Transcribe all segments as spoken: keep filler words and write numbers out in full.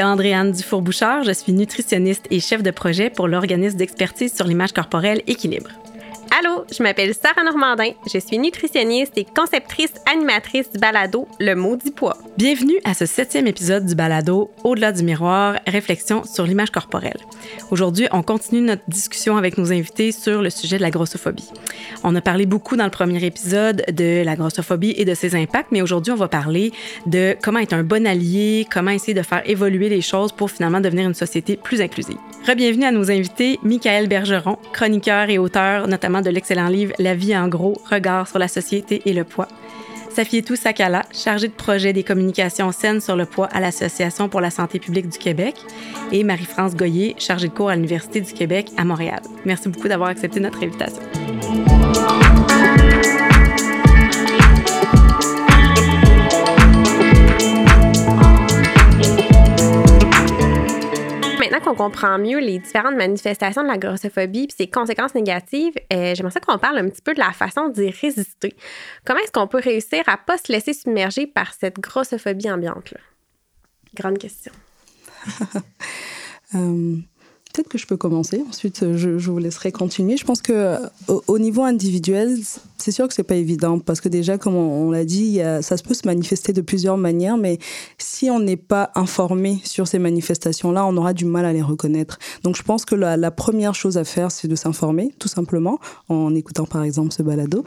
Andréane Dufour-Bouchard, je suis nutritionniste et chef de projet pour l'organisme d'expertise sur l'image corporelle Équilibre. Allô, je m'appelle Sarah Normandin, je suis nutritionniste et conceptrice animatrice du balado Le Maudit Poids. Bienvenue à ce septième épisode du balado Au-delà du miroir, réflexion sur l'image corporelle. Aujourd'hui, on continue notre discussion avec nos invités sur le sujet de la grossophobie. On a parlé beaucoup dans le premier épisode de la grossophobie et de ses impacts, mais aujourd'hui, on va parler de comment être un bon allié, comment essayer de faire évoluer les choses pour finalement devenir une société plus inclusive. Re-bienvenue à nos invités, Michaël Bergeron, chroniqueur et auteur notamment de l'excellent livre « La vie en gros, regard sur la société et le poids ». Safietou Sakala, chargée de projet des communications saines sur le poids à l'Association pour la santé publique du Québec, et Marie-France Goyer, chargée de cours à l'Université du Québec à Montréal. Merci beaucoup d'avoir accepté notre invitation. Maintenant qu'on comprend mieux les différentes manifestations de la grossophobie et ses conséquences négatives, euh, j'aimerais ça qu'on parle un petit peu de la façon d'y résister. Comment est-ce qu'on peut réussir à ne pas se laisser submerger par cette grossophobie ambiante, là? Grande question. euh, peut-être que je peux commencer. Ensuite, je, je vous laisserai continuer. Je pense que au, au niveau individuel, c'est sûr que c'est pas évident parce que déjà, comme on, on l'a dit, il y a, ça se peut se manifester de plusieurs manières, mais si on n'est pas informé sur ces manifestations-là, on aura du mal à les reconnaître. Donc, je pense que la, la première chose à faire, c'est de s'informer, tout simplement, en écoutant par exemple ce balado.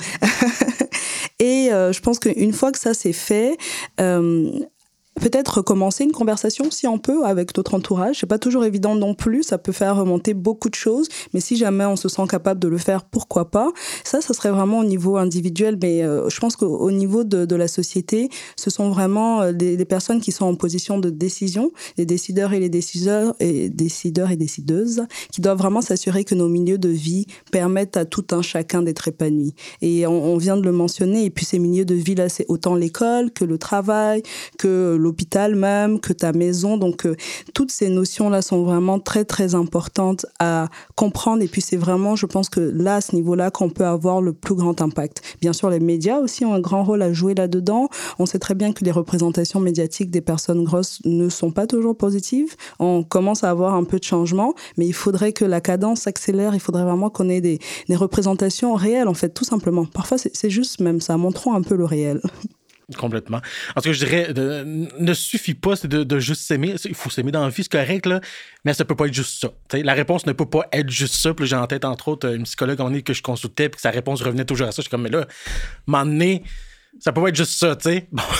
Et euh, je pense qu'une fois que ça c'est fait, euh, peut-être commencer une conversation si on peut avec notre entourage. C'est pas toujours évident non plus, ça peut faire remonter beaucoup de choses, mais si jamais on se sent capable de le faire, pourquoi pas. Ça, ça serait vraiment au niveau individuel, mais euh, je pense qu'au niveau de, de la société, ce sont vraiment euh, des, des personnes qui sont en position de décision, les décideurs et les décideurs et décideurs et décideuses, qui doivent vraiment s'assurer que nos milieux de vie permettent à tout un chacun d'être épanoui. Et on, on vient de le mentionner, et puis ces milieux de vie là, c'est autant l'école que le travail, que le l'hôpital même, que ta maison. Donc, euh, toutes ces notions-là sont vraiment très, très importantes à comprendre. Et puis, c'est vraiment, je pense que là, à ce niveau-là, qu'on peut avoir le plus grand impact. Bien sûr, les médias aussi ont un grand rôle à jouer là-dedans. On sait très bien que les représentations médiatiques des personnes grosses ne sont pas toujours positives. On commence à avoir un peu de changement, mais il faudrait que la cadence s'accélère. Il faudrait vraiment qu'on ait des, des représentations réelles, en fait, tout simplement. Parfois, c'est, c'est juste même ça. Montrons un peu le réel. Complètement. En tout cas, je dirais, de, ne suffit pas de, de juste s'aimer. Il faut s'aimer dans la vie, c'est correct, là, mais ça peut pas être juste ça. T'sais, la réponse ne peut pas être juste ça. Puis j'ai en tête, entre autres, une psychologue que je consultais, puis que sa réponse revenait toujours à ça. Je suis comme, mais là, m'en donné, ça peut pas être juste ça, tu sais. Bon,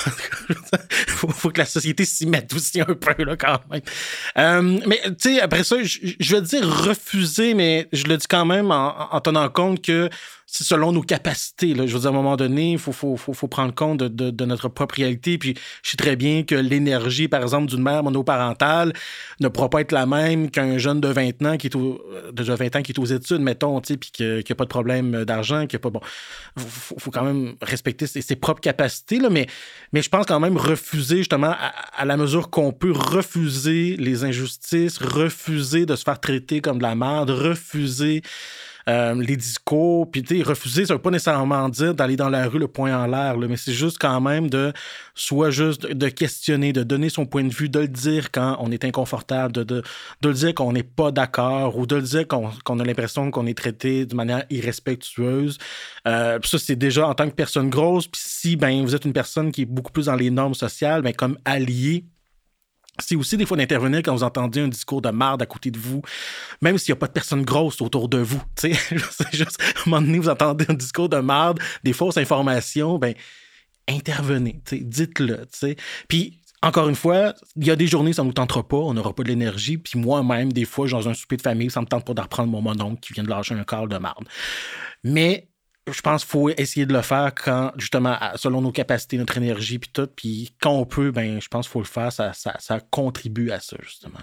faut, faut que la société s'y mette aussi un peu, là, quand même. Euh, mais, tu sais, après ça, je, je vais dire refuser, mais je le dis quand même en, en tenant compte que c'est selon nos capacités, là. Je veux dire, à un moment donné, il faut, faut, faut, faut prendre compte de, de, de notre propre réalité. Puis, je sais très bien que l'énergie, par exemple, d'une mère monoparentale ne pourra pas être la même qu'un jeune de vingt ans qui est, au, de vingt ans qui est aux études, mettons, tu sais, puis qui n'a pas de problème d'argent, qui a pas, bon, faut, faut quand même respecter ses, ses propres capacités, là, mais, mais je pense quand même refuser, justement, à, à la mesure qu'on peut refuser les injustices, refuser de se faire traiter comme de la merde, refuser Euh, les discours, puis tu sais, refuser, ça veut pas nécessairement dire d'aller dans la rue le poing en l'air, là, mais c'est juste quand même de, soit juste de, de questionner, de donner son point de vue, de le dire quand on est inconfortable, de, de, de le dire qu'on n'est pas d'accord, ou de le dire qu'on, qu'on a l'impression qu'on est traité de manière irrespectueuse. Euh, puis ça, c'est déjà en tant que personne grosse, puis si ben, vous êtes une personne qui est beaucoup plus dans les normes sociales, ben, comme allié, c'est aussi des fois d'intervenir quand vous entendez un discours de marde à côté de vous, même s'il n'y a pas de personnes grosses autour de vous. C'est juste, à un moment donné, vous entendez un discours de marde, des fausses informations, ben intervenez, dites-le. T'sais. Puis, encore une fois, il y a des journées, ça ne nous tentera pas, on n'aura pas de l'énergie. Puis moi-même, des fois, dans un souper de famille, ça ne me tente pas de reprendre mon mononcle qui vient de lâcher un câble de marde. Mais je pense qu'il faut essayer de le faire quand, justement, selon nos capacités, notre énergie, puis tout. Puis quand on peut, ben, je pense qu'il faut le faire. Ça, ça, ça contribue à ça, justement.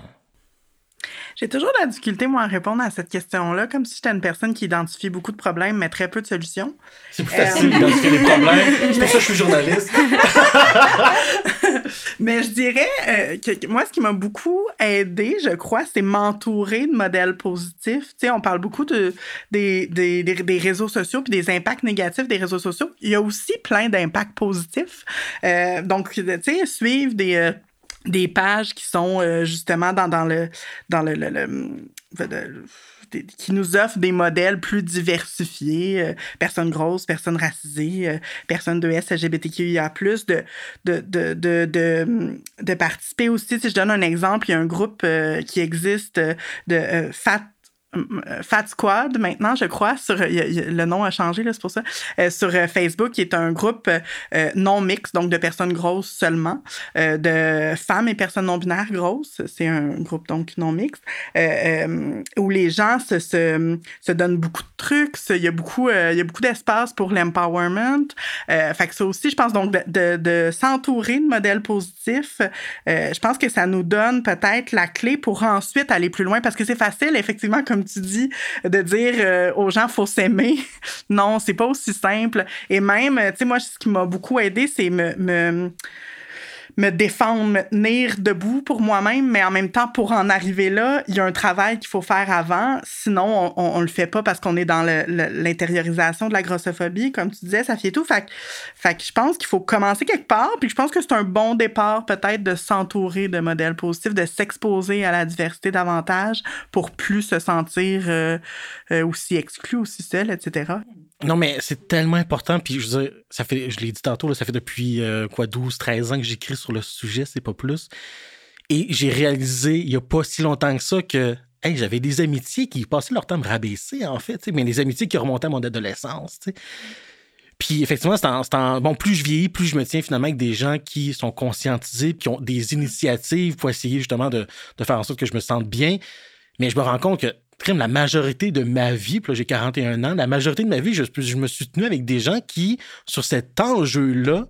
J'ai toujours de la difficulté, moi, à répondre à cette question-là, comme si j'étais une personne qui identifie beaucoup de problèmes, mais très peu de solutions. C'est plus facile euh... d'identifier les problèmes. C'est pour ça que je suis journaliste. Mais je dirais euh, que moi, ce qui m'a beaucoup aidé, je crois, c'est m'entourer de modèles positifs. Tu sais, on parle beaucoup de, des, des, des, des réseaux sociaux puis des impacts négatifs des réseaux sociaux. Il y a aussi plein d'impacts positifs. Euh, donc, tu sais, suivre des... Euh, des pages qui sont euh, justement dans, dans le... Dans le, le, le, le, le qui nous offrent des modèles plus diversifiés, euh, personnes grosses, personnes racisées, euh, personnes de S, L G B T Q I A plus, de, de, de, de, de, de participer aussi. Si je donne un exemple, il y a un groupe euh, qui existe de euh, Fat Fat Squad, maintenant, je crois, sur, y a, y a, le nom a changé, là, c'est pour ça, euh, sur euh, Facebook, qui est un groupe euh, non mixte, donc de personnes grosses seulement, euh, de femmes et personnes non-binaires grosses. C'est un groupe, donc, non mixte, euh, euh, où les gens se, se, se donnent beaucoup de trucs. Il y a beaucoup, euh, y a beaucoup d'espace pour l'empowerment. Euh, fait que ça aussi, je pense, donc, de, de, de s'entourer de modèles positifs, euh, je pense que ça nous donne peut-être la clé pour ensuite aller plus loin, parce que c'est facile, effectivement, comme tu dis, de dire euh, aux gens, faut s'aimer. Non, c'est pas aussi simple. Et même, tu sais, moi, ce qui m'a beaucoup aidé, c'est me, me, me défendre, me tenir debout pour moi-même, mais en même temps, pour en arriver là, il y a un travail qu'il faut faire avant. Sinon, on, on, on le fait pas parce qu'on est dans le, le, l'intériorisation de la grossophobie, comme tu disais, ça fait tout. Fait, fait que je pense qu'il faut commencer quelque part, puis je pense que c'est un bon départ peut-être de s'entourer de modèles positifs, de s'exposer à la diversité davantage pour plus se sentir euh, euh, aussi exclu, aussi seul, et cetera. Non, mais c'est tellement important. Puis, je veux dire, ça fait, je l'ai dit tantôt, là, ça fait depuis euh, quoi, douze, treize ans que j'écris sur le sujet, c'est pas plus. Et j'ai réalisé, il y a pas si longtemps que ça, que hey, j'avais des amitiés qui passaient leur temps à me rabaisser, en fait, mais des amitiés qui remontaient à mon adolescence, tu sais. Puis, effectivement, c'est en, c'est en, bon, plus je vieillis, plus je me tiens finalement avec des gens qui sont conscientisés, qui ont des initiatives pour essayer justement de, de faire en sorte que je me sente bien. Mais je me rends compte que la majorité de ma vie, puis là, j'ai quarante et un ans, la majorité de ma vie, je, je me suis tenu avec des gens qui, sur cet enjeu-là,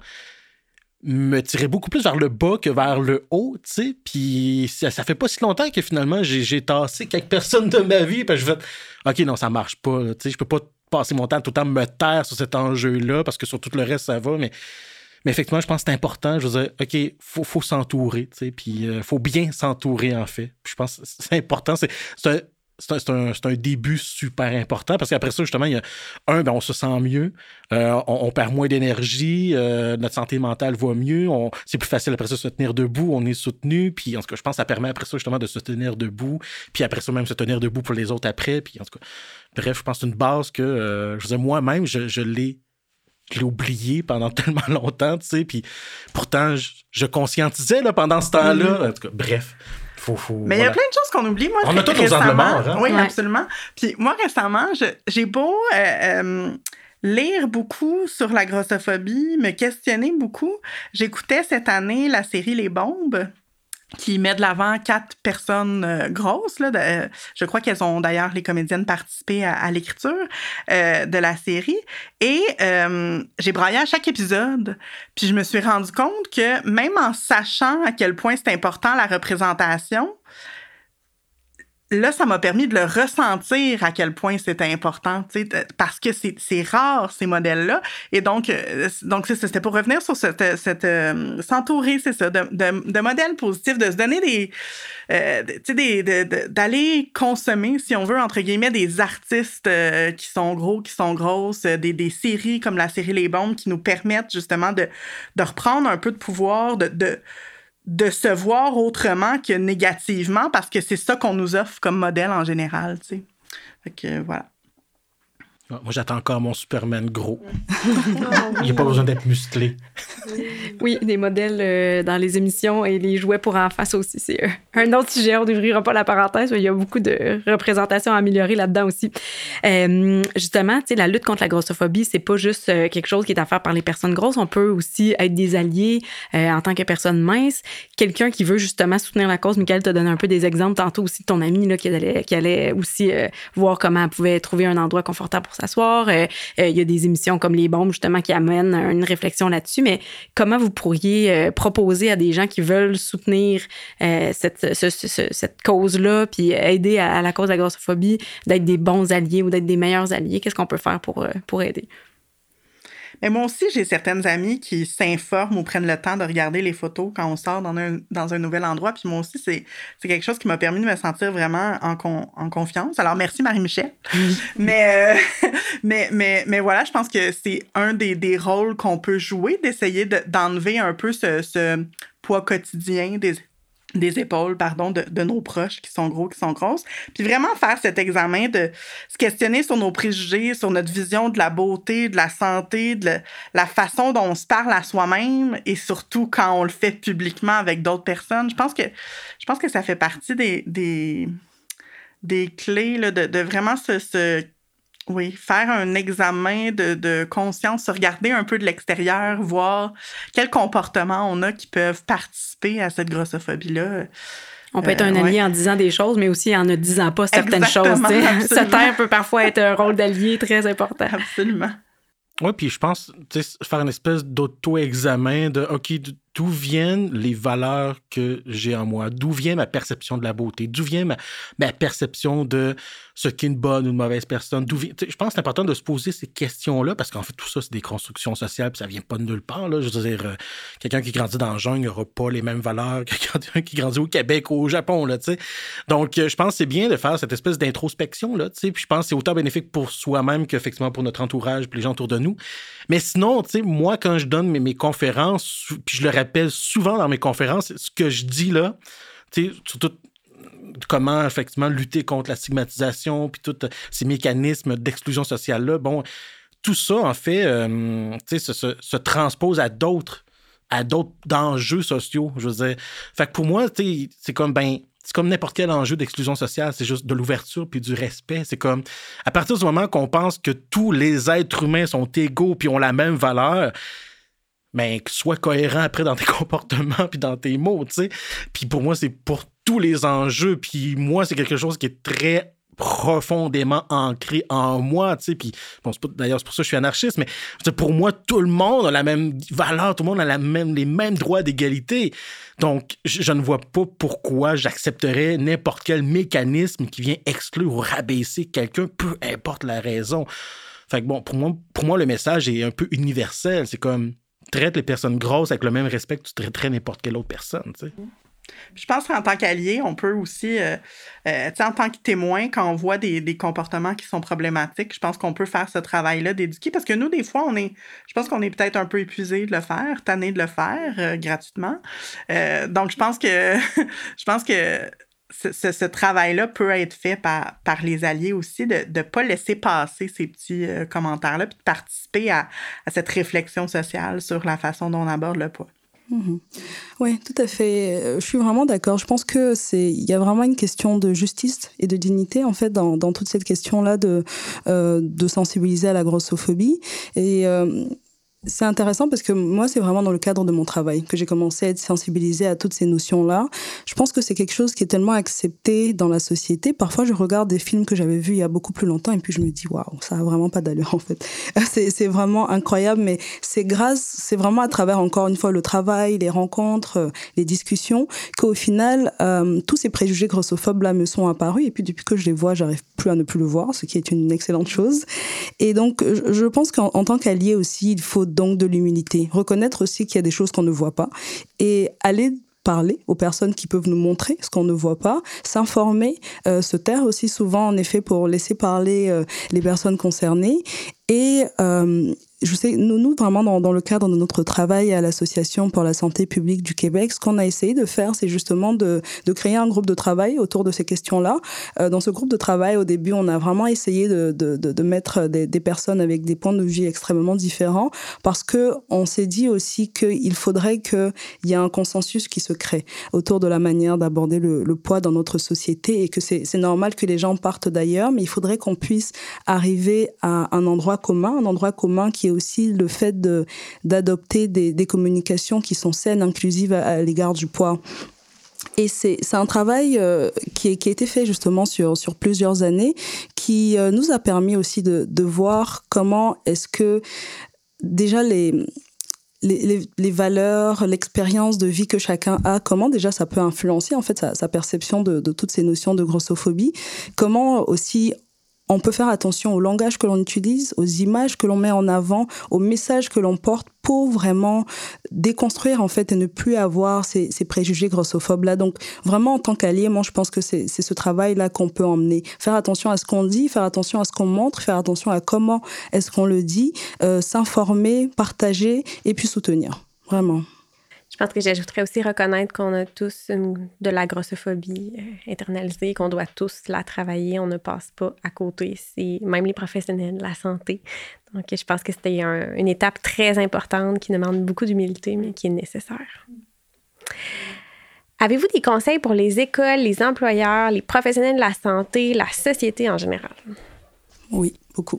me tiraient beaucoup plus vers le bas que vers le haut, tu sais. Puis ça, ça fait pas si longtemps que finalement, j'ai, j'ai tassé quelques personnes de ma vie, puis je fais « OK, non, ça marche pas, tu sais, je peux pas passer mon temps tout le temps me taire sur cet enjeu-là, parce que sur tout le reste, ça va, mais... » Mais effectivement, je pense que c'est important. Je veux dire, OK, il faut, faut s'entourer, tu sais, puis il euh, faut bien s'entourer, en fait. Puis je pense que c'est important. C'est, c'est, un, c'est, un, c'est, un, c'est un début super important parce qu'après ça, justement, il y a un, ben, on se sent mieux, euh, on, on perd moins d'énergie, euh, notre santé mentale va mieux, on, c'est plus facile après ça de se tenir debout, on est soutenu. Puis en tout cas, je pense que ça permet après ça, justement, de se tenir debout. Puis après ça, même se tenir debout pour les autres après. Puis en tout cas, bref, je pense que c'est une base que, euh, je veux dire, moi-même, je, je l'ai. Je l'ai oublié pendant tellement longtemps, tu sais, puis pourtant, je, je conscientisais là, pendant ce temps-là. En tout cas, bref, faut... faut Mais il voilà. y a plein de choses qu'on oublie. Moi, on a tous nos angles morts, hein? Oui, ouais. absolument. Puis moi, récemment, je, j'ai beau euh, euh, lire beaucoup sur la grossophobie, me questionner beaucoup. J'écoutais cette année la série Les Bombes, qui met de l'avant quatre personnes euh, grosses. Là, de, je crois qu'elles ont d'ailleurs, les comédiennes, participé à, à l'écriture euh, de la série. Et euh, j'ai braillé à chaque épisode. Puis je me suis rendu compte que même en sachant à quel point c'est important la représentation, là, ça m'a permis de le ressentir à quel point c'était important, tu sais, parce que c'est, c'est rare, ces modèles-là. Et donc, euh, donc c'est, c'était pour revenir sur cette... cette euh, s'entourer, c'est ça, de, de, de modèles positifs, de se donner des... Euh, tu sais, des, de, de, d'aller consommer, si on veut, entre guillemets, des artistes euh, qui sont gros, qui sont grosses, euh, des, des séries comme la série Les Bombes qui nous permettent justement de, de reprendre un peu de pouvoir, de... de de se voir autrement que négativement, parce que c'est ça qu'on nous offre comme modèle en général, tu sais. Fait que, voilà. Moi, j'attends encore mon Superman gros. Il n'y a pas besoin d'être musclé. Oui, des modèles euh, dans les émissions et les jouets pour enfants, ça aussi, c'est euh, un autre sujet. On n'ouvrira pas la parenthèse, mais il y a beaucoup de représentations à améliorer là-dedans aussi. Euh, justement, tu sais, la lutte contre la grossophobie, c'est pas juste euh, quelque chose qui est à faire par les personnes grosses. On peut aussi être des alliés euh, en tant que personne mince. Quelqu'un qui veut justement soutenir la cause. Michael t'a donné un peu des exemples tantôt aussi de ton amie là, qui, allait, qui allait aussi euh, voir comment elle pouvait trouver un endroit confortable pour s'asseoir. Il euh, euh, y a des émissions comme Les Bombes, justement, qui amènent une réflexion là-dessus. Mais comment vous pourriez euh, proposer à des gens qui veulent soutenir euh, cette, ce, ce, cette cause-là puis aider à, à la cause de la grossophobie, d'être des bons alliés ou d'être des meilleurs alliés? Qu'est-ce qu'on peut faire pour, euh, pour aider? Mais moi aussi, j'ai certaines amies qui s'informent ou prennent le temps de regarder les photos quand on sort dans un, dans un nouvel endroit. Puis moi aussi, c'est, c'est quelque chose qui m'a permis de me sentir vraiment en, con, en confiance. Alors, merci Marie-Michel. mais, euh, mais, mais, mais voilà, je pense que c'est un des, des rôles qu'on peut jouer, d'essayer de, d'enlever un peu ce... ce poids quotidien, des épaules, pardon, de, de nos proches qui sont gros, qui sont grosses. Puis vraiment faire cet examen de se questionner sur nos préjugés, sur notre vision de la beauté, de la santé, de la, la façon dont on se parle à soi-même et surtout quand on le fait publiquement avec d'autres personnes. Je pense que, je pense que ça fait partie des, des, des clés là, de, de vraiment se... se Oui, faire un examen de, de conscience, se regarder un peu de l'extérieur, voir quels comportements on a qui peuvent participer à cette grossophobie-là. On peut être un euh, allié ouais. en disant des choses, mais aussi en ne disant pas certaines Exactement, choses. Se taire peut parfois être un rôle d'allié très important. Absolument. Oui, puis je pense, tu sais, faire une espèce d'auto-examen de, OK, d'où viennent les valeurs que j'ai en moi? D'où vient ma perception de la beauté? D'où vient ma, ma perception de ce qu'est une bonne ou une mauvaise personne? D'où vient, je pense que c'est important de se poser ces questions-là parce qu'en fait, tout ça, c'est des constructions sociales puis ça vient pas de nulle part. Là. Je veux dire, euh, quelqu'un qui grandit dans le jungle n'aura pas les mêmes valeurs que quelqu'un qui grandit au Québec ou au Japon. Là, t'sais. Donc, euh, je pense que c'est bien de faire cette espèce d'introspection. Là, puis je pense que c'est autant bénéfique pour soi-même qu'effectivement pour notre entourage puis les gens autour de nous. Mais sinon, tu sais, moi, quand je donne mes, mes conférences, puis je le rappelle souvent dans mes conférences, ce que je dis là, tu sais, surtout comment, effectivement, lutter contre la stigmatisation, puis tous ces mécanismes d'exclusion sociale-là, bon, tout ça, en fait, euh, tu sais, se, se, se transpose à d'autres, à d'autres enjeux sociaux, je veux dire. Fait que pour moi, tu sais, c'est comme, ben, c'est comme n'importe quel enjeu d'exclusion sociale, c'est juste de l'ouverture puis du respect. C'est comme, à partir du moment qu'on pense que tous les êtres humains sont égaux puis ont la même valeur, mais que sois cohérent après dans tes comportements puis dans tes mots, tu sais. Puis pour moi, c'est pour tous les enjeux. Puis moi, c'est quelque chose qui est très profondément ancré en moi, tu sais, puis bon, c'est pas, d'ailleurs, c'est pour ça que je suis anarchiste, mais pour moi, tout le monde a la même valeur, tout le monde a la même, les mêmes droits d'égalité. Donc, je, je ne vois pas pourquoi j'accepterais n'importe quel mécanisme qui vient exclure ou rabaisser quelqu'un, peu importe la raison. Fait que bon, pour moi, pour moi, le message est un peu universel. C'est comme, traite les personnes grosses avec le même respect que tu traiterais n'importe quelle autre personne, tu sais. Je pense qu'en tant qu'allié, on peut aussi, euh, euh, tu sais, en tant que témoin, quand on voit des, des comportements qui sont problématiques, je pense qu'on peut faire ce travail-là d'éduquer. Parce que nous, des fois, on est, je pense qu'on est peut-être un peu épuisé de le faire, tanné de le faire euh, gratuitement. Euh, donc, je pense que, je pense que ce, ce, ce travail-là peut être fait par, par les alliés aussi, de ne pas laisser passer ces petits euh, commentaires-là, puis de participer à, à cette réflexion sociale sur la façon dont on aborde le poids. Mmh. Oui, tout à fait. Je suis vraiment d'accord. Je pense que c'est, il y a vraiment une question de justice et de dignité en fait dans, dans toute cette question-là de euh, de sensibiliser à la grossophobie. Et euh, c'est intéressant parce que moi, c'est vraiment dans le cadre de mon travail que j'ai commencé à être sensibilisée à toutes ces notions-là. Je pense que c'est quelque chose qui est tellement accepté dans la société. Parfois, je regarde des films que j'avais vus il y a beaucoup plus longtemps et puis je me dis, waouh, ça a vraiment pas d'allure, en fait. C'est, c'est vraiment incroyable, mais c'est grâce, c'est vraiment à travers, encore une fois, le travail, les rencontres, les discussions, qu'au final, euh, tous ces préjugés grossophobes-là me sont apparus. Et puis, depuis que je les vois, j'arrive plus à ne plus le voir, ce qui est une excellente chose. Et donc, je pense qu'en en tant qu'allié aussi, il faut donc de l'humilité. Reconnaître aussi qu'il y a des choses qu'on ne voit pas et aller parler aux personnes qui peuvent nous montrer ce qu'on ne voit pas, s'informer, euh, se taire aussi souvent, en effet, pour laisser parler euh, les personnes concernées. Et euh, je sais, nous, nous vraiment, dans, dans le cadre de notre travail à l'Association pour la santé publique du Québec, ce qu'on a essayé de faire, c'est justement de, de créer un groupe de travail autour de ces questions-là. Euh, dans ce groupe de travail, au début, on a vraiment essayé de, de, de, de mettre des, des personnes avec des points de vue extrêmement différents parce qu'on s'est dit aussi qu'il faudrait qu'il y ait un consensus qui se crée autour de la manière d'aborder le, le poids dans notre société et que c'est, c'est normal que les gens partent d'ailleurs, mais il faudrait qu'on puisse arriver à un endroit commun, un endroit commun qui est aussi le fait de, d'adopter des, des communications qui sont saines, inclusives à, à l'égard du poids. Et c'est, c'est un travail euh, qui, est, qui a été fait justement sur, sur plusieurs années, qui euh, nous a permis aussi de, de voir comment est-ce que déjà les... Les, les, les valeurs, l'expérience de vie que chacun a, comment déjà ça peut influencer en fait sa, sa perception de, de toutes ces notions de grossophobie, comment aussi on peut faire attention au langage que l'on utilise, aux images que l'on met en avant, aux messages que l'on porte pour vraiment déconstruire en fait et ne plus avoir ces, ces préjugés grossophobes-là. Donc vraiment en tant qu'allié, moi je pense que c'est, c'est ce travail-là qu'on peut emmener. Faire attention à ce qu'on dit, faire attention à ce qu'on montre, faire attention à comment est-ce qu'on le dit, euh, s'informer, partager et puis soutenir. Vraiment. Je Je pense que j'ajouterais aussi reconnaître qu'on a tous une, de la grossophobie euh, internalisée, qu'on doit tous la travailler, on ne passe pas à côté. C'est même les professionnels de la santé. Donc, je pense que c'était un, une étape très importante qui demande beaucoup d'humilité, mais qui est nécessaire. Avez-vous des conseils pour les écoles, les employeurs, les professionnels de la santé, la société en général? Oui, beaucoup.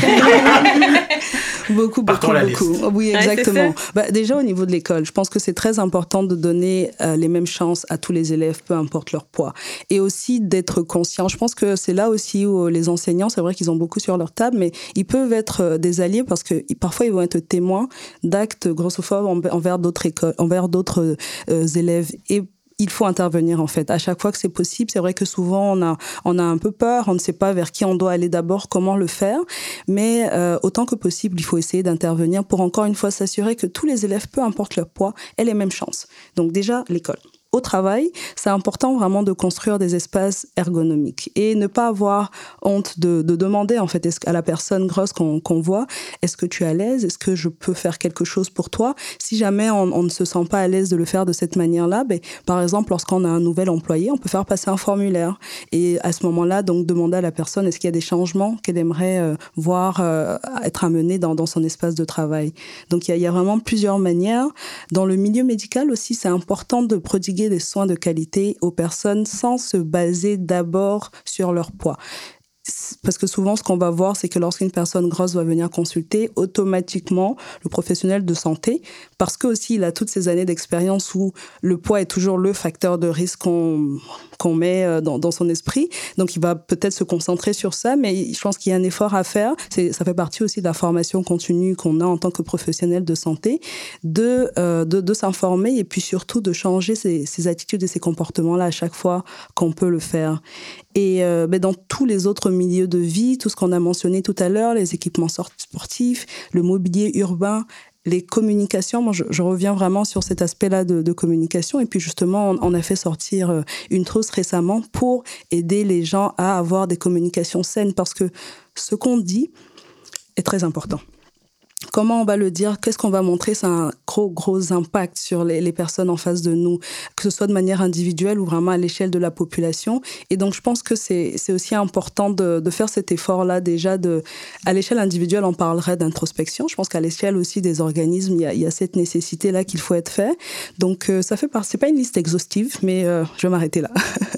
beaucoup, Partons beaucoup, la beaucoup. liste. Oui, Ouais, exactement. Bah, déjà, au niveau de l'école, je pense que c'est très important de donner euh, les mêmes chances à tous les élèves, peu importe leur poids. Et aussi d'être conscient. Je pense que c'est là aussi où les enseignants, c'est vrai qu'ils ont beaucoup sur leur table, mais ils peuvent être euh, des alliés parce que parfois, ils vont être témoins d'actes grossophobes envers d'autres écoles, envers d'autres euh, élèves. Et il faut intervenir, en fait. À chaque fois que c'est possible, c'est vrai que souvent, on a, on a un peu peur, on ne sait pas vers qui on doit aller d'abord, comment le faire. Mais euh, autant que possible, il faut essayer d'intervenir pour, encore une fois, s'assurer que tous les élèves, peu importe leur poids, aient les mêmes chances. Donc déjà, l'école. Au travail, c'est important vraiment de construire des espaces ergonomiques et ne pas avoir honte de, de demander en fait est-ce, à la personne grosse qu'on, qu'on voit, est-ce que tu es à l'aise, est-ce que je peux faire quelque chose pour toi? Si jamais on, on ne se sent pas à l'aise de le faire de cette manière-là, ben, par exemple, lorsqu'on a un nouvel employé, on peut faire passer un formulaire et à ce moment-là, donc demander à la personne est-ce qu'il y a des changements qu'elle aimerait euh, voir euh, être amenés dans, dans son espace de travail. Donc il y a, il y a vraiment plusieurs manières. Dans le milieu médical aussi, c'est important de prodiguer des soins de qualité aux personnes sans se baser d'abord sur leur poids. Parce que souvent, ce qu'on va voir, c'est que lorsqu'une personne grosse va venir consulter, automatiquement, le professionnel de santé, parce qu'aussi il a toutes ces années d'expérience où le poids est toujours le facteur de risque qu'on, qu'on met dans, dans son esprit, donc il va peut-être se concentrer sur ça, mais je pense qu'il y a un effort à faire. C'est, ça fait partie aussi de la formation continue qu'on a en tant que professionnel de santé, de, euh, de, de s'informer et puis surtout de changer ses, ses attitudes et ses comportements-là à chaque fois qu'on peut le faire. Et euh, ben dans tous les autres milieux de vie, tout ce qu'on a mentionné tout à l'heure, les équipements sportifs, le mobilier urbain, les communications, moi je, je reviens vraiment sur cet aspect-là de, de communication. Et puis justement, on, on a fait sortir une trousse récemment pour aider les gens à avoir des communications saines parce que ce qu'on dit est très important. Comment on va le dire, qu'est-ce qu'on va montrer, ça a un gros, gros impact sur les, les personnes en face de nous, que ce soit de manière individuelle ou vraiment à l'échelle de la population. Et donc, je pense que c'est, c'est aussi important de, de faire cet effort-là déjà. De, à l'échelle individuelle, on parlerait d'introspection. Je pense qu'à l'échelle aussi des organismes, il y a, il y a cette nécessité-là qu'il faut être fait. Donc, euh, ça fait partie, c'est pas une liste exhaustive, mais euh, je vais m'arrêter là.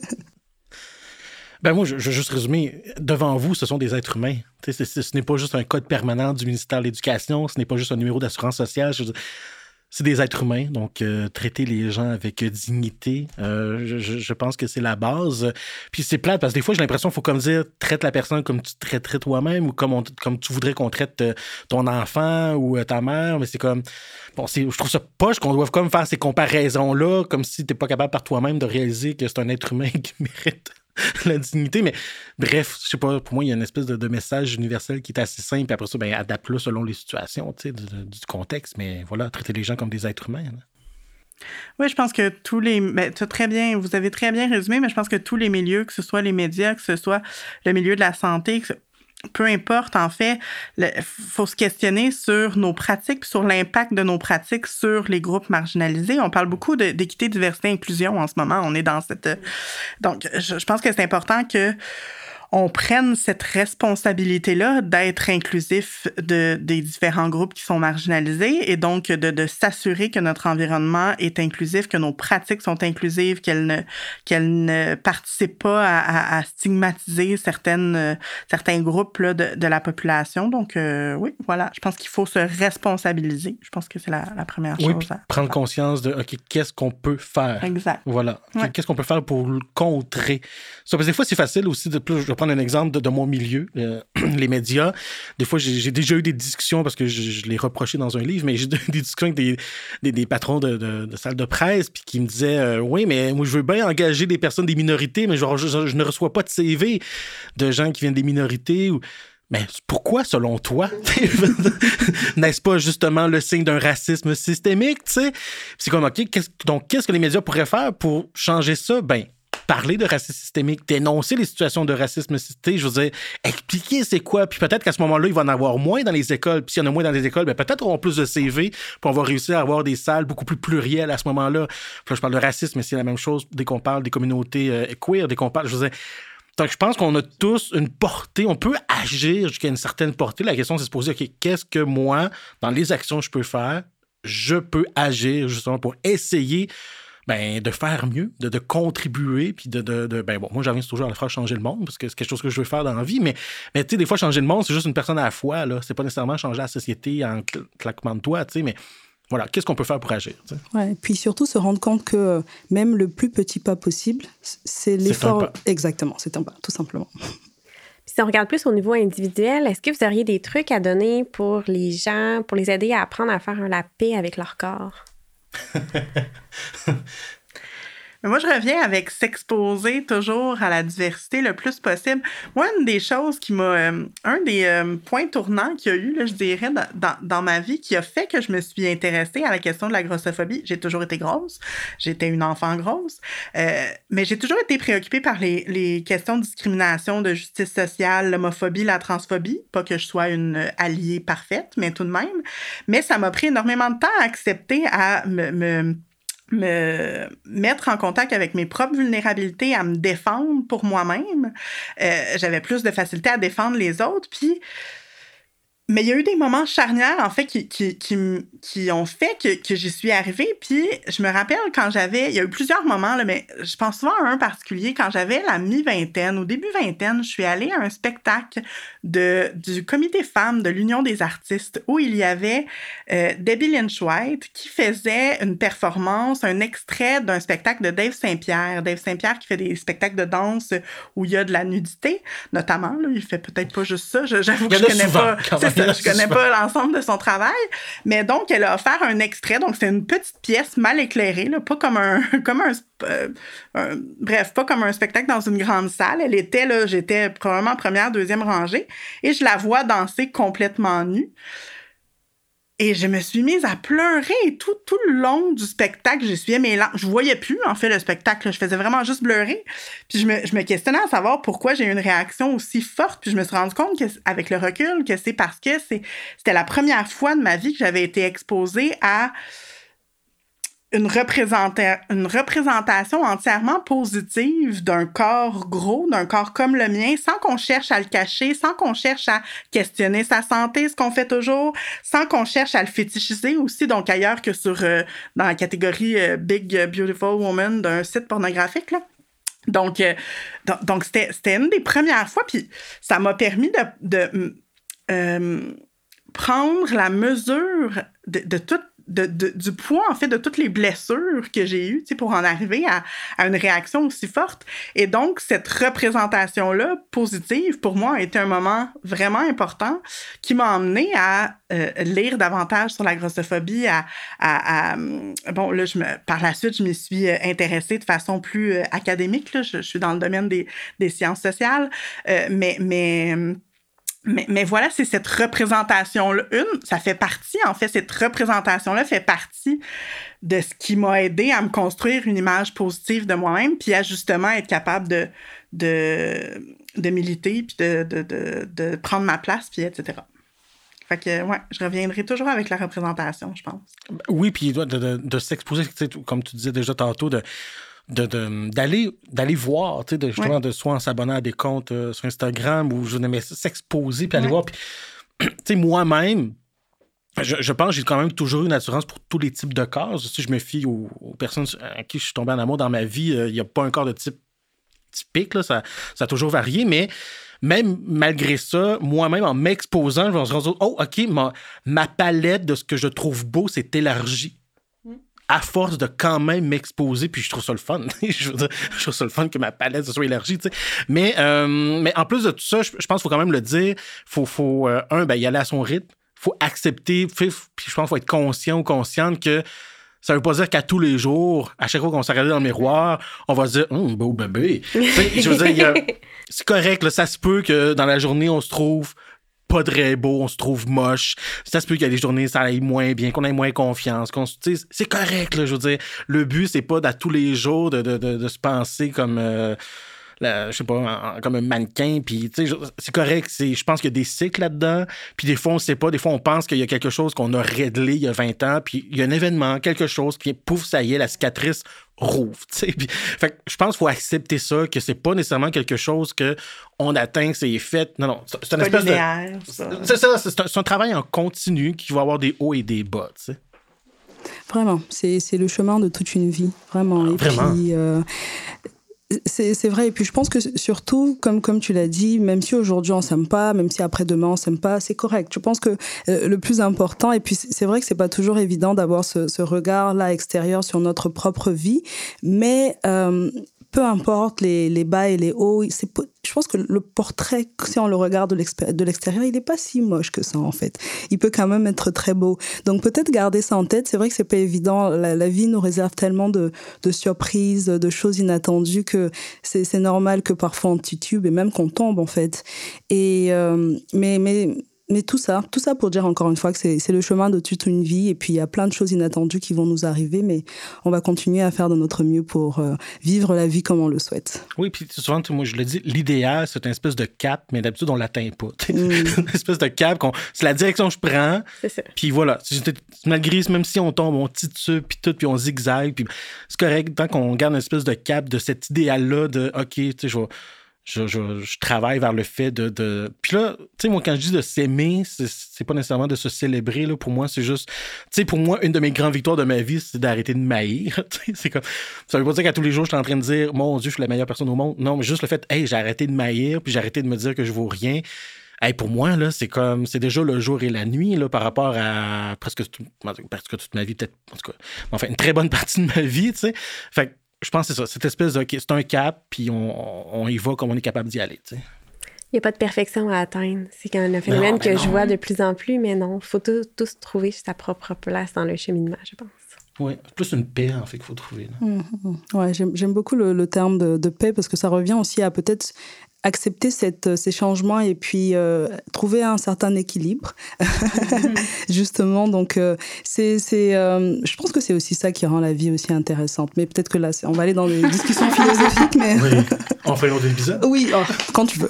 Ben moi, je, je veux juste résumer. Devant vous, ce sont des êtres humains. C'est, c'est, ce n'est pas juste un code permanent du ministère de l'Éducation, ce n'est pas juste un numéro d'assurance sociale. Je veux dire, c'est des êtres humains, donc euh, traiter les gens avec dignité, euh, je, je pense que c'est la base. Puis c'est plate, parce que des fois, j'ai l'impression qu'il faut comme dire, traite la personne comme tu te traiterais toi-même ou comme, on, comme tu voudrais qu'on traite euh, ton enfant ou euh, ta mère, mais c'est comme... Bon, c'est, je trouve ça poche qu'on doive comme faire ces comparaisons-là, comme si t'es pas capable par toi-même de réaliser que c'est un être humain qui mérite la dignité, mais bref, je sais pas, pour moi, il y a une espèce de, de message universel qui est assez simple, puis après ça, ben, adapte-le selon les situations, tu sais, du, du contexte, mais voilà, traiter les gens comme des êtres humains. Là. Oui, je pense que tous les... Ben, tu as très bien, vous avez très bien résumé, mais je pense que tous les milieux, que ce soit les médias, que ce soit le milieu de la santé, que ce... peu importe, en fait, il faut se questionner sur nos pratiques puis sur l'impact de nos pratiques sur les groupes marginalisés. On parle beaucoup de, d'équité, diversité, inclusion en ce moment. On est dans cette... Donc, je, je pense que c'est important que on prenne cette responsabilité-là d'être inclusif de, des différents groupes qui sont marginalisés et donc de, de s'assurer que notre environnement est inclusif, que nos pratiques sont inclusives, qu'elles ne, qu'elles ne participent pas à, à, à stigmatiser certaines, euh, certains groupes là, de, de la population. Donc, euh, oui, voilà, je pense qu'il faut se responsabiliser. Je pense que c'est la, la première oui, chose. Oui, prendre conscience de, OK, qu'est-ce qu'on peut faire? Exact. Voilà. Ouais. Qu'est-ce qu'on peut faire pour le contrer? Ça, parce que des fois, c'est facile aussi de... Je vais prendre un exemple de, de mon milieu, euh, les médias. Des fois, j'ai, j'ai déjà eu des discussions, parce que je, je l'ai reproché dans un livre, mais j'ai eu des discussions avec des, des, des patrons de, de, de salles de presse, puis qui me disaient euh, oui, mais moi, je veux bien engager des personnes des minorités, mais genre, je, je, je ne reçois pas de C V de gens qui viennent des minorités. Ou... Mais pourquoi, selon toi? N'est-ce pas justement le signe d'un racisme systémique, tu sais? C'est comme, OK, qu'est-ce, donc, qu'est-ce que les médias pourraient faire pour changer ça? Ben, parler de racisme systémique, dénoncer les situations de racisme systémique, je veux dire, expliquer c'est quoi, puis peut-être qu'à ce moment-là, il va en avoir moins dans les écoles, puis s'il y en a moins dans les écoles, ben peut-être on aura plus de C V, puis on va réussir à avoir des salles beaucoup plus plurielles à ce moment-là. Puis là, je parle de racisme, mais c'est la même chose dès qu'on parle des communautés euh, queer, dès qu'on parle, je veux dire, donc je pense qu'on a tous une portée, on peut agir jusqu'à une certaine portée. La question, c'est de se poser, OK, qu'est-ce que moi, dans les actions que je peux faire, je peux agir justement pour essayer ben, de faire mieux, de, de contribuer, puis de, de, de... Ben bon, moi, j'arrive toujours à la faire changer le monde, parce que c'est quelque chose que je veux faire dans la vie, mais, mais tu sais, des fois, changer le monde, c'est juste une personne à la fois, là. C'est pas nécessairement changer la société en cl- claquement de doigts, tu sais, mais voilà, qu'est-ce qu'on peut faire pour agir? Ouais, et puis surtout se rendre compte que même le plus petit pas possible, c'est l'effort... C'est un pas. Exactement, c'est un pas, tout simplement. Si on regarde plus au niveau individuel, est-ce que vous auriez des trucs à donner pour les gens, pour les aider à apprendre à faire la paix avec leur corps? Mais moi, je reviens avec s'exposer toujours à la diversité le plus possible. Moi, une des choses qui m'a... Euh, un des euh, points tournants qu'il y a eu, là, je dirais, dans, dans, dans ma vie, qui a fait que je me suis intéressée à la question de la grossophobie. J'ai toujours été grosse. J'étais une enfant grosse. Euh, mais j'ai toujours été préoccupée par les, les questions de discrimination, de justice sociale, l'homophobie, la transphobie. Pas que je sois une alliée parfaite, mais tout de même. Mais ça m'a pris énormément de temps à accepter, à me... me me mettre en contact avec mes propres vulnérabilités, à me défendre pour moi-même. Euh, j'avais plus de facilité à défendre les autres. Puis, mais il y a eu des moments charnières, en fait, qui, qui, qui, qui ont fait que, que j'y suis arrivée. Puis, je me rappelle quand j'avais... Il y a eu plusieurs moments, là, mais je pense souvent à un particulier. Quand j'avais la mi-vingtaine, au début vingtaine, je suis allée à un spectacle de, du Comité Femmes de l'Union des artistes où il y avait euh, Debbie Lynch White qui faisait une performance, un extrait d'un spectacle de Dave Saint-Pierre. Dave Saint-Pierre qui fait des spectacles de danse où il y a de la nudité, notamment. Là, il fait peut-être pas juste ça. Je, j'avoue que je connais souvent, pas... C'est ça, je connais pas l'ensemble de son travail. Mais donc, elle a offert un extrait. Donc, c'est une petite pièce mal éclairée, là, pas comme un... comme un, euh, un bref, pas comme un spectacle dans une grande salle. Elle était, là, j'étais probablement première, deuxième rangée. Et je la vois danser complètement nue. Et je me suis mise à pleurer tout, tout le long du spectacle. J'essuyais mes larmes. Je voyais plus, en fait, le spectacle. Je faisais vraiment juste pleurer. Puis je me, je me questionnais à savoir pourquoi j'ai eu une réaction aussi forte. Puis je me suis rendu compte, que, avec le recul, que c'est parce que c'est, c'était la première fois de ma vie que j'avais été exposée à une, représenta- une représentation entièrement positive d'un corps gros, d'un corps comme le mien, sans qu'on cherche à le cacher, sans qu'on cherche à questionner sa santé, ce qu'on fait toujours, sans qu'on cherche à le fétichiser aussi, donc ailleurs que sur euh, dans la catégorie euh, Big Beautiful Woman d'un site pornographique, là. Donc, euh, donc, donc c'était, c'était une des premières fois, puis ça m'a permis de, de euh, prendre la mesure de, de toute De, de, du poids, en fait, de toutes les blessures que j'ai eues, tu sais, pour en arriver à, à une réaction aussi forte. Et donc, cette représentation-là, positive, pour moi, a été un moment vraiment important qui m'a emmené à euh, lire davantage sur la grossophobie, à... à, à bon, là, je me, par la suite, je m'y suis intéressée de façon plus euh, académique, là. Je, je suis dans le domaine des, des sciences sociales, euh, mais... mais Mais, mais voilà, c'est cette représentation-là. Une, ça fait partie, en fait, cette représentation-là fait partie de ce qui m'a aidé à me construire une image positive de moi-même, puis à justement être capable de, de, de militer, puis de, de, de, de prendre ma place, puis et cetera. Fait que, ouais, je reviendrai toujours avec la représentation, je pense. Oui, puis de, de, de s'exposer, comme tu disais déjà tantôt, de... De, de, d'aller, d'aller voir, tu sais, de, justement, ouais. de soit en s'abonnant à des comptes euh, sur Instagram ou je n'aimais s'exposer puis aller ouais. voir. Puis, tu sais, moi-même, je, je pense que j'ai quand même toujours eu une assurance pour tous les types de corps. Si je me fie aux, aux personnes à qui je suis tombé en amour dans ma vie, il euh, n'y a pas un corps de type typique, là, ça, ça a toujours varié, mais même malgré ça, moi-même, en m'exposant, je me suis rendu compte, oh, OK, ma, ma palette de ce que je trouve beau s'est élargie. À force de quand même m'exposer, puis je trouve ça le fun. je, veux dire, je trouve ça le fun que ma palette se soit élargie, tu sais. Mais, euh, mais en plus de tout ça, je, je pense qu'il faut quand même le dire, faut, faut euh, un, ben, y aller à son rythme, faut accepter, puis je pense qu'il faut être conscient ou consciente que ça veut pas dire qu'à tous les jours, à chaque fois qu'on s'est regardé dans le miroir, on va se dire hum, « beau bébé ». Je veux dire, y a, c'est correct, là, ça se peut que dans la journée, on se trouve pas très beau, on se trouve moche. Ça se peut qu'il y a des journées, ça aille moins bien, qu'on ait moins confiance. Qu'on, c'est correct, là, je veux dire. Le but, c'est pas d'à tous les jours de, de, de, de se penser comme... Euh, La, je sais pas, en, comme un mannequin, puis tu sais, c'est correct, c'est, je pense qu'il y a des cycles là-dedans, puis des fois, on sait pas, des fois, on pense qu'il y a quelque chose qu'on a réglé il y a vingt ans, puis il y a un événement, quelque chose, puis pouf, ça y est, la cicatrice rouvre, tu sais, puis fait que je pense qu'il faut accepter ça, que c'est pas nécessairement quelque chose qu'on atteint, que c'est fait, non, non, c'est, c'est une pas espèce linéaire, de... ça. C'est ça, c'est un, c'est un travail en continu qui va avoir des hauts et des bas, tu sais. Vraiment, c'est, c'est le chemin de toute une vie, vraiment. Et Vraiment. puis... Euh... C'est, c'est vrai. Et puis, je pense que surtout, comme, comme tu l'as dit, même si aujourd'hui on s'aime pas, même si après-demain on s'aime pas, c'est correct. Je pense que euh, le plus important, et puis c'est vrai que c'est pas toujours évident d'avoir ce, ce regard-là extérieur sur notre propre vie, mais euh, peu importe les, les bas et les hauts, c'est, je pense que le portrait, si on le regarde de, de l'extérieur, il n'est pas si moche que ça, en fait. Il peut quand même être très beau. Donc, peut-être garder ça en tête. C'est vrai que c'est pas évident. La, la vie nous réserve tellement de, de surprises, de choses inattendues que c'est, c'est normal que parfois on titube et même qu'on tombe, en fait. Et, euh, mais, mais, mais tout ça, tout ça pour dire encore une fois que c'est, c'est le chemin de toute une vie. Et puis, il y a plein de choses inattendues qui vont nous arriver, mais on va continuer à faire de notre mieux pour euh, vivre la vie comme on le souhaite. Oui, puis souvent, moi, je le dis, l'idéal, c'est une espèce de cap, mais d'habitude, on ne l'atteint pas. Mm. Une espèce de cap, qu'on, c'est la direction que je prends. C'est ça. Puis voilà, malgré, même si on tombe, on titube, puis tout, puis on zigzague, puis c'est correct, tant qu'on garde une espèce de cap de cet idéal-là de, OK, tu sais, je vais... Je, je, je travaille vers le fait de... de... Puis là, tu sais, moi, quand je dis de s'aimer, c'est, c'est pas nécessairement de se célébrer. Là. Pour moi, c'est juste... Tu sais, pour moi, une de mes grandes victoires de ma vie, c'est d'arrêter de m'haïr. C'est comme... Ça veut pas dire qu'à tous les jours, je suis en train de dire « Mon Dieu, je suis la meilleure personne au monde. » Non, mais juste le fait « Hey, j'ai arrêté de m'haïr, puis j'ai arrêté de me dire que je vaux rien. » Hey, pour moi, là, c'est comme... C'est déjà le jour et la nuit, là, par rapport à presque, tout... presque toute ma vie, peut-être... En tout cas, enfin, une très bonne partie de ma vie, tu sais. Fait que je pense que c'est ça, cette espèce de... Okay, c'est un cap, puis on, on y va comme on est capable d'y aller, tu sais. Il n'y a pas de perfection à atteindre. C'est un phénomène non, que non. je vois de plus en plus, mais non, il faut tous, tous trouver sa propre place dans le cheminement, je pense. Oui, c'est plus une paix, en fait, qu'il faut trouver. Mmh, ouais, j'aime, j'aime beaucoup le, le terme de, de paix, parce que ça revient aussi à peut-être accepter cette, ces changements et puis euh, trouver un certain équilibre, justement. Donc, euh, c'est, c'est, euh, je pense que c'est aussi ça qui rend la vie aussi intéressante. Mais peut-être que là, on va aller dans des discussions philosophiques. Mais... Oui, on fait l'autre épisode. Oui, oh, quand tu veux.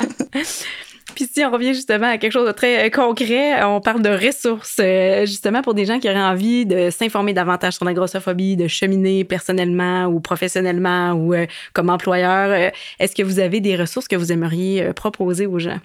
Puis si on revient justement à quelque chose de très concret, on parle de ressources, justement pour des gens qui auraient envie de s'informer davantage sur la grossophobie, de cheminer personnellement ou professionnellement ou euh, comme employeur. Est-ce que vous avez des ressources que vous aimeriez proposer aux gens?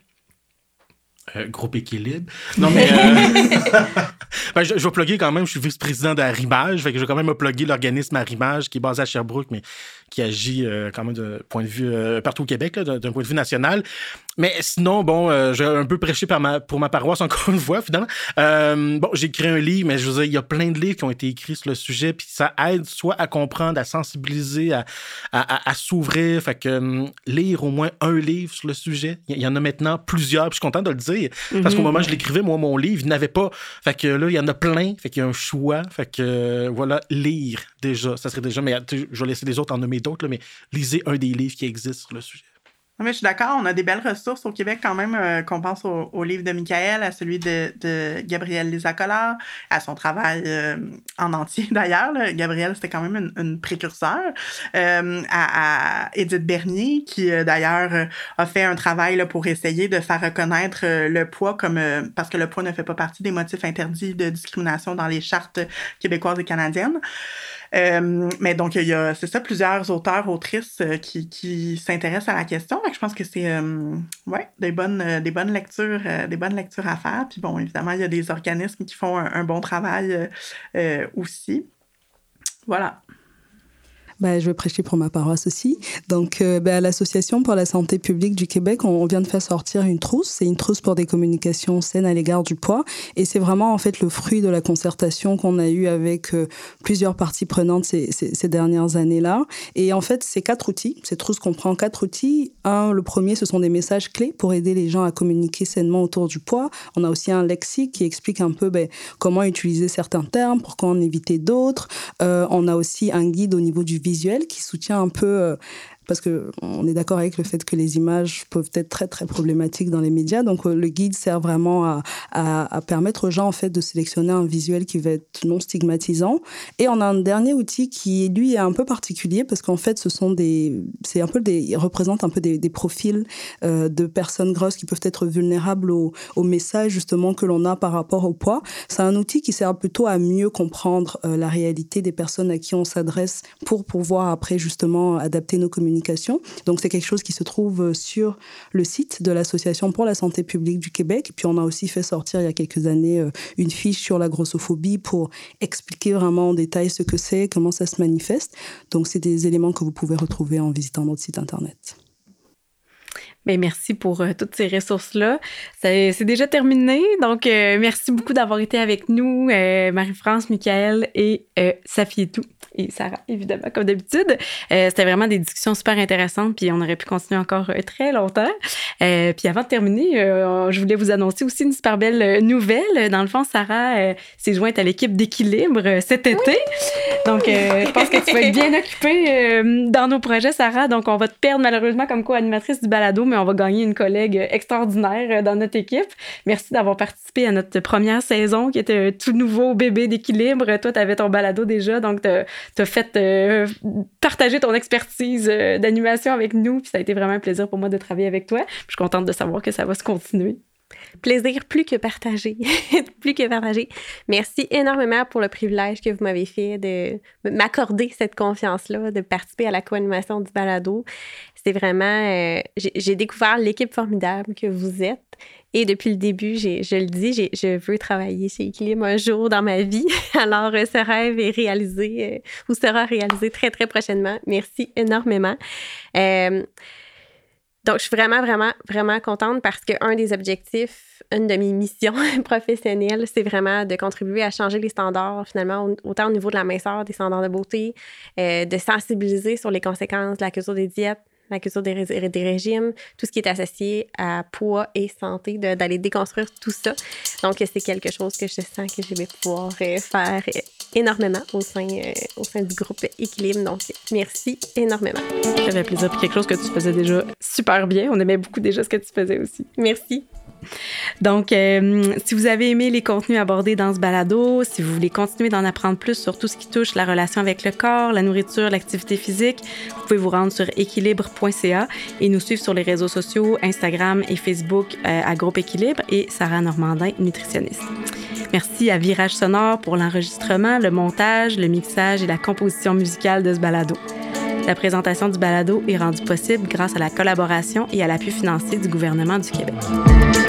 Euh, groupe équilibre. Non, mais... Euh... ben, je, je vais plugger quand même, je suis vice-président d'Arrimage, fait que je vais quand même me plugger l'organisme Arrimage qui est basé à Sherbrooke, mais qui agit euh, quand même de point de vue euh, partout au Québec, là, d'un, d'un point de vue national. Mais sinon, bon, euh, j'ai un peu prêché par ma, pour ma paroisse encore une fois, finalement. Euh, bon, j'ai écrit un livre, mais je veux dire, il y a plein de livres qui ont été écrits sur le sujet, puis ça aide soit à comprendre, à sensibiliser, à, à, à, à s'ouvrir. Fait que um, lire au moins un livre sur le sujet. Il y, y en a maintenant plusieurs, puis je suis content de le dire, mm-hmm. parce qu'au moment où je l'écrivais, moi, mon livre, il n'avait pas. Fait que là, il y en a plein, fait qu'il y a un choix. Fait que, euh, voilà, lire déjà, ça serait déjà... Mais je vais laisser les autres en nommer d'autres, là, mais lisez un des livres qui existent sur le sujet. Mais je suis d'accord, on a des belles ressources au Québec quand même, euh, qu'on pense au, au livre de Michael, à celui de, de Gabrielle Lisa-Collard, à son travail euh, en entier d'ailleurs. Là. Gabrielle, c'était quand même une, une précurseur. Euh, à, à Édith Bernier, qui euh, d'ailleurs euh, a fait un travail là, pour essayer de faire reconnaître euh, le poids, comme euh, parce que le poids ne fait pas partie des motifs interdits de discrimination dans les chartes québécoises et canadiennes. Euh, mais donc, il y a, c'est ça, plusieurs auteurs, autrices euh, qui, qui s'intéressent à la question. Donc, je pense que c'est euh, ouais, des, bonnes, euh, des, bonnes lectures, euh, des bonnes lectures à faire. Puis bon, évidemment, il y a des organismes qui font un, un bon travail euh, euh, aussi. Voilà. Ben, je vais prêcher pour ma paroisse aussi. Donc, euh, ben, à l'Association pour la santé publique du Québec, on, on vient de faire sortir une trousse. C'est une trousse pour des communications saines à l'égard du poids. Et c'est vraiment, en fait, le fruit de la concertation qu'on a eue avec euh, plusieurs parties prenantes ces, ces, ces dernières années-là. Et en fait, c'est quatre outils. Cette trousse comprend quatre outils. Un, le premier, ce sont des messages clés pour aider les gens à communiquer sainement autour du poids. On a aussi un lexique qui explique un peu ben, comment utiliser certains termes, pourquoi en éviter d'autres. Euh, on a aussi un guide au niveau du visuel qui soutient un peu euh, parce qu'on est d'accord avec le fait que les images peuvent être très, très problématiques dans les médias. Donc, le guide sert vraiment à, à, à permettre aux gens, en fait, de sélectionner un visuel qui va être non stigmatisant. Et on a un dernier outil qui, lui, est un peu particulier parce qu'en fait, ce sont des... C'est un peu des... Il représente un peu des, des profils euh, de personnes grosses qui peuvent être vulnérables au, au message, justement, que l'on a par rapport au poids. C'est un outil qui sert plutôt à mieux comprendre euh, la réalité des personnes à qui on s'adresse pour pouvoir, après, justement, adapter nos communications. Donc, c'est quelque chose qui se trouve sur le site de l'Association pour la santé publique du Québec. Et puis, on a aussi fait sortir, il y a quelques années, euh, une fiche sur la grossophobie pour expliquer vraiment en détail ce que c'est, comment ça se manifeste. Donc, c'est des éléments que vous pouvez retrouver en visitant notre site Internet. Bien, merci pour euh, toutes ces ressources-là. C'est, c'est déjà terminé, donc euh, merci beaucoup d'avoir été avec nous, euh, Marie-France, Michaël et euh, Safietou et Sarah, évidemment, comme d'habitude. Euh, c'était vraiment des discussions super intéressantes, puis on aurait pu continuer encore euh, très longtemps. Euh, puis avant de terminer, euh, je voulais vous annoncer aussi une super belle nouvelle. Dans le fond, Sarah euh, s'est jointe à l'équipe d'Équilibre euh, cet été. Oui. Donc, euh, je pense que tu vas être bien occupée euh, dans nos projets, Sarah. Donc, on va te perdre malheureusement comme co-animatrice du balado, mais on va gagner une collègue extraordinaire dans notre équipe. Merci d'avoir participé à notre première saison qui était un tout nouveau bébé d'Équilibre. Toi, tu avais ton balado déjà, donc tu as fait euh, partager ton expertise euh, d'animation avec nous. Puis ça a été vraiment un plaisir pour moi de travailler avec toi. Je suis contente de savoir que ça va se continuer. Plaisir plus que partagé. plus que partagé. Merci énormément pour le privilège que vous m'avez fait de m'accorder cette confiance-là, de participer à la co-animation du balado. C'est vraiment... Euh, j'ai, j'ai découvert l'équipe formidable que vous êtes. Et depuis le début, j'ai, je le dis, j'ai, je veux travailler chez Équilibre un jour dans ma vie. Alors, euh, ce rêve est réalisé euh, ou sera réalisé très, très prochainement. Merci énormément. Euh, Donc, je suis vraiment, vraiment, vraiment contente parce qu'un des objectifs, une de mes missions professionnelles, c'est vraiment de contribuer à changer les standards, finalement, autant au niveau de la minceur, des standards de beauté, euh, de sensibiliser sur les conséquences de la culture des diètes, la culture des, ré- des régimes, tout ce qui est associé à poids et santé, de, d'aller déconstruire tout ça. Donc, c'est quelque chose que je sens que je vais pouvoir euh, faire euh, énormément au sein, euh, au sein du groupe Équilibre. Donc, merci énormément. Ça fait plaisir. Puis quelque chose que tu faisais déjà super bien. On aimait beaucoup déjà ce que tu faisais aussi. Merci. Donc, euh, si vous avez aimé les contenus abordés dans ce balado, si vous voulez continuer d'en apprendre plus sur tout ce qui touche la relation avec le corps, la nourriture, l'activité physique, vous pouvez vous rendre sur équilibre point c a et nous suivre sur les réseaux sociaux, Instagram et Facebook euh, à Groupe Équilibre et Sarah Normandin, nutritionniste. Merci à Virage Sonore pour l'enregistrement, le montage, le mixage et la composition musicale de ce balado. La présentation du balado est rendue possible grâce à la collaboration et à l'appui financier du gouvernement du Québec.